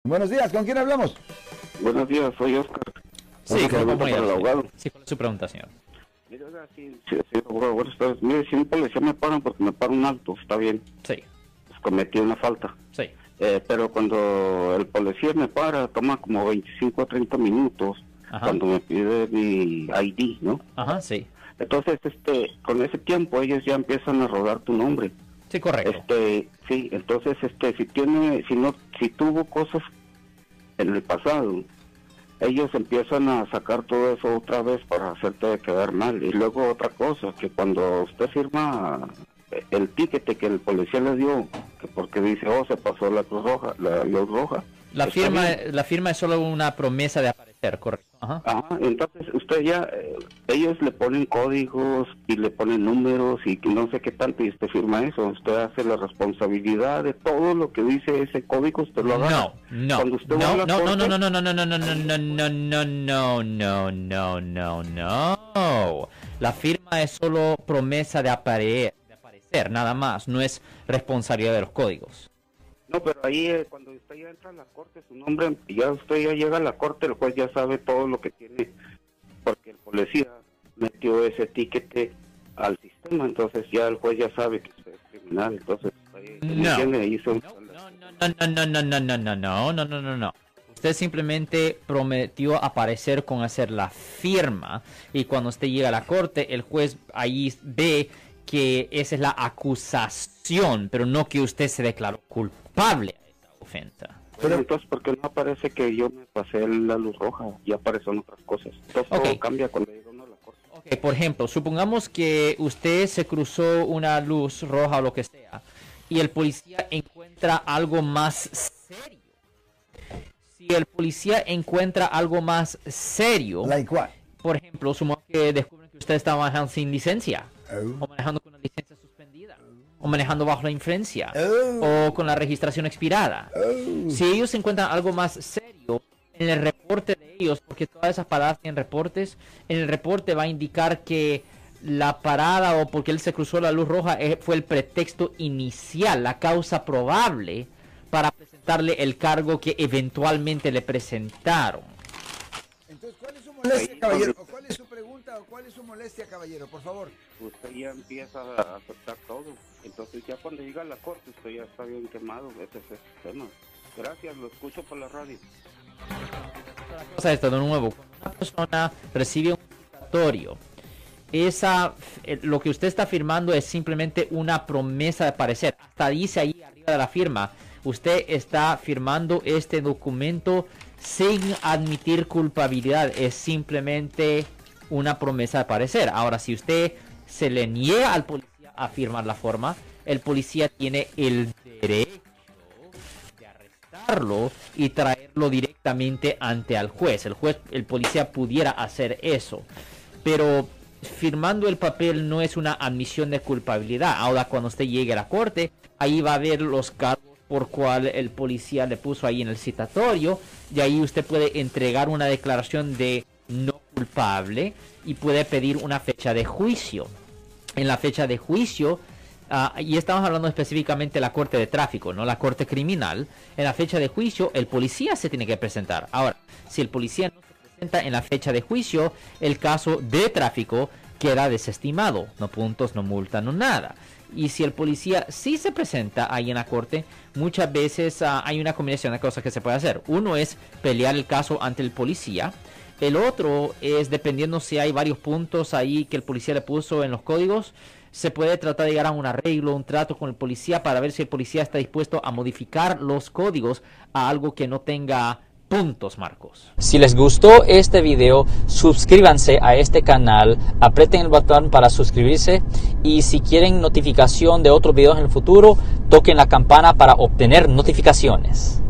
Buenos días, ¿con quién hablamos? Buenos días, soy Oscar. Sí, Pregunta para el abogado. sí, ¿cuál es su pregunta, señor? Mire, oiga, sí, abogado, buenas tardes. Mire, si un policía me paran porque me paran alto, está bien, Sí, pues cometí una falta. sí. Pero cuando el policía me para, toma como 25 a 30 minutos, Ajá. cuando me pide mi ID, ¿no? Ajá, sí. Entonces, con ese tiempo ellos ya empiezan a rodar tu nombre. Sí, correcto. Sí, entonces, si tuvo cosas en el pasado, ellos empiezan a sacar todo eso otra vez para hacerte quedar mal. Y luego otra cosa, que cuando usted firma el tiquete que el policía le dio, que porque dice, se pasó la luz roja, La firma es solo una promesa de aparecer, correcto. Ajá. Ajá, entonces usted ya, ellos le ponen códigos y le ponen números y no sé qué tanto, y usted firma eso, usted hace la responsabilidad de todo lo que dice ese código, usted lo agarra. Cuando usted va a la corte, no. La firma es solo promesa de aparecer, nada más, no es responsabilidad de los códigos. No, pero ahí cuando usted ya entra a la corte, su nombre, y ya usted ya llega a la corte, el juez ya sabe todo lo que tiene, porque el policía metió ese tiquete al sistema, entonces ya el juez ya sabe que usted es criminal, entonces ahí, No. Usted simplemente prometió aparecer con hacer la firma, y cuando usted llega a la corte, el juez ahí ve que esa es la acusación, pero no que usted se declaró culpable a esa ofensa. Pero entonces, ¿por qué no aparece que yo me pasé la luz roja? Ya aparecen otras cosas. Entonces todo cambia cuando llega uno a la corte. Ok, por ejemplo, supongamos que usted se cruzó una luz roja o lo que sea, y el policía encuentra algo más serio. Si el policía encuentra algo más serio, Like what? por ejemplo, supongamos que descubren que usted está manejando sin licencia, o manejando con una licencia suspendida, o manejando bajo la influencia, o con la registración expirada. Si ellos encuentran algo más serio en el reporte de ellos, porque todas esas paradas tienen reportes, en el reporte va a indicar que la parada o porque él se cruzó la luz roja fue el pretexto inicial, la causa probable para presentarle el cargo que eventualmente le presentaron. Entonces, ¿cuál es su molestia, caballero? ¿O cuál es su pregunta? ¿O cuál es su molestia, caballero? Por favor. Usted ya empieza a aceptar todo. Entonces ya cuando llega a la corte, usted ya está bien quemado. Ese es el tema. Gracias, lo escucho por la radio. O sea, esto de nuevo, cuando una persona recibe un citatorio, lo que usted está firmando es simplemente una promesa de aparecer. Hasta dice ahí arriba de la firma, usted está firmando este documento sin admitir culpabilidad, es simplemente una promesa de aparecer. Ahora, si usted se le niega al policía a firmar la forma, el policía tiene el derecho de arrestarlo y traerlo directamente ante el juez. El policía pudiera hacer eso, pero firmando el papel no es una admisión de culpabilidad. Ahora, cuando usted llegue a la corte, ahí va a ver los cargos por cual el policía le puso ahí en el citatorio, y ahí usted puede entregar una declaración de no culpable y puede pedir una fecha de juicio. En la fecha de juicio, y estamos hablando específicamente de la corte de tráfico, no la corte criminal, en la fecha de juicio el policía se tiene que presentar. Ahora, si el policía no se presenta en la fecha de juicio, el caso de tráfico queda desestimado, no puntos, no multa, no nada. Y si el policía sí se presenta ahí en la corte, muchas veces hay una combinación de cosas que se puede hacer. Uno es pelear el caso ante el policía. El otro es, dependiendo si hay varios puntos ahí que el policía le puso en los códigos, se puede tratar de llegar a un arreglo, un trato con el policía para ver si el policía está dispuesto a modificar los códigos a algo que no tenga puntos, Marcos. Si les gustó este video, suscríbanse a este canal, aprieten el botón para suscribirse, y si quieren notificación de otros videos en el futuro, toquen la campana para obtener notificaciones.